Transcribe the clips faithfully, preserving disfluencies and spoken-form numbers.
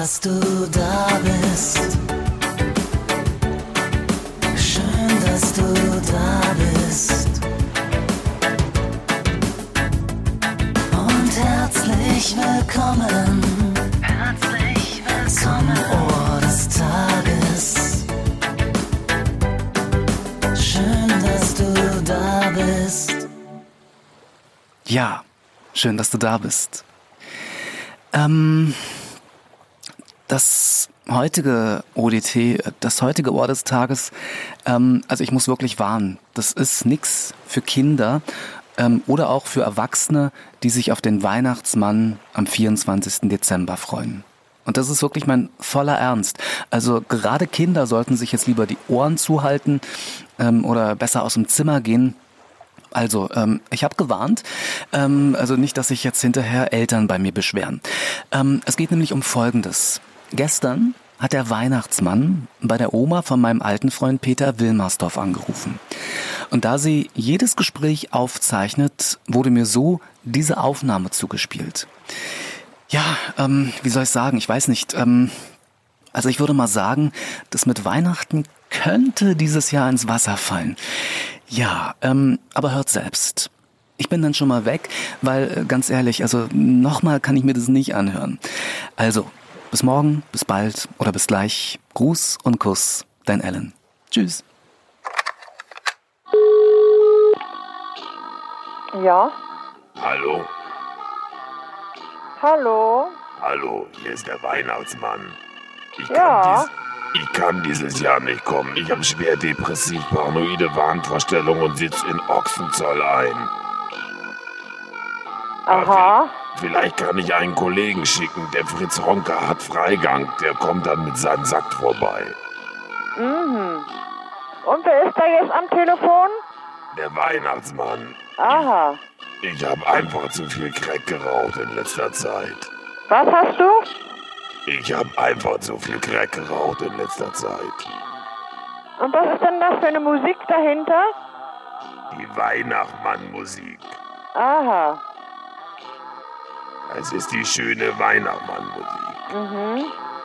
dass du da bist. Schön, dass du da bist. Und herzlich willkommen. Herzlich willkommen zum Ohr des Tages. Schön, dass du da bist. Ja, schön, dass du da bist. Ähm, das heutige O D T, das heutige Ohr des Tages, ähm, also ich muss wirklich warnen, das ist nix für Kinder ähm, oder auch für Erwachsene, die sich auf den Weihnachtsmann am vierundzwanzigsten Dezember freuen. Und das ist wirklich mein voller Ernst. Also gerade Kinder sollten sich jetzt lieber die Ohren zuhalten ähm, oder besser aus dem Zimmer gehen. Also, ähm, ich habe gewarnt, ähm, also nicht, dass sich jetzt hinterher Eltern bei mir beschweren. Ähm, es geht nämlich um Folgendes. Gestern hat der Weihnachtsmann bei der Oma von meinem alten Freund Peter Wilmersdorf angerufen. Und da sie jedes Gespräch aufzeichnet, wurde mir so diese Aufnahme zugespielt. Ja, ähm, wie soll ich sagen, ich weiß nicht, ähm, also ich würde mal sagen, das mit Weihnachten könnte dieses Jahr ins Wasser fallen. Ja, ähm, aber hört selbst. Ich bin dann schon mal weg, weil, ganz ehrlich, also nochmal kann ich mir das nicht anhören. Also, bis morgen, bis bald oder bis gleich. Gruß und Kuss, dein Alan. Tschüss. Ja? Hallo? Hallo? Hallo, hier ist der Weihnachtsmann. Ich Ja? kann, dies, ich kann dieses Jahr nicht kommen. Ich habe schwer depressiv-paranoide Wahnvorstellungen und sitze in Ochsenzoll ein. Aha. Vielleicht kann ich einen Kollegen schicken. Der Fritz Honka hat Freigang. Der kommt dann mit seinem Sack vorbei. Mhm. Und wer ist da jetzt am Telefon? Der Weihnachtsmann. Aha. Ich habe einfach zu viel Crack geraucht in letzter Zeit. Was hast du? Ich habe einfach zu viel Crack geraucht in letzter Zeit. Und was ist denn das für eine Musik dahinter? Die Weihnachtsmann-Musik. Aha. Es ist die schöne Weihnachtsmann-Musik. Mhm.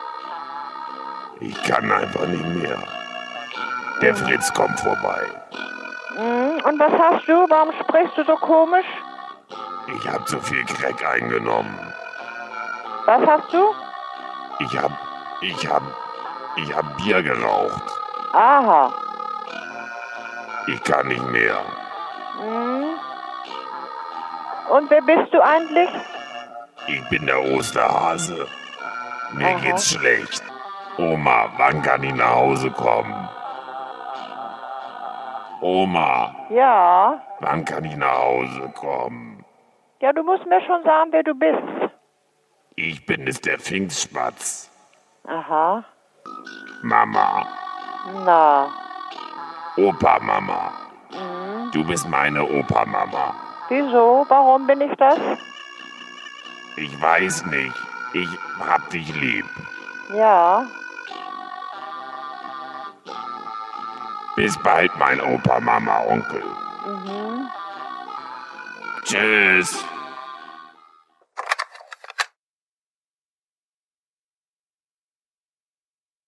Ich kann einfach nicht mehr. Der Fritz kommt vorbei. Mhm. Und was hast du? Warum sprichst du so komisch? Ich habe zu viel Crack eingenommen. Was hast du? Ich hab, ich hab, ich hab Bier geraucht. Aha. Ich kann nicht mehr. Mhm. Und wer bist du eigentlich? Ich bin der Osterhase. Mir Aha. geht's schlecht. Oma, wann kann ich nach Hause kommen? Oma, Ja. wann kann ich nach Hause kommen? Ja, du musst mir schon sagen, wer du bist. Ich bin es, der Pfingstspatz. Aha. Mama, Na. Opa-Mama. Mhm. Du bist meine Opa-Mama. Wieso? Warum bin ich das? Ich weiß nicht. Ich hab dich lieb. Ja. Bis bald, mein Opa, Mama, Onkel. Mhm. Tschüss.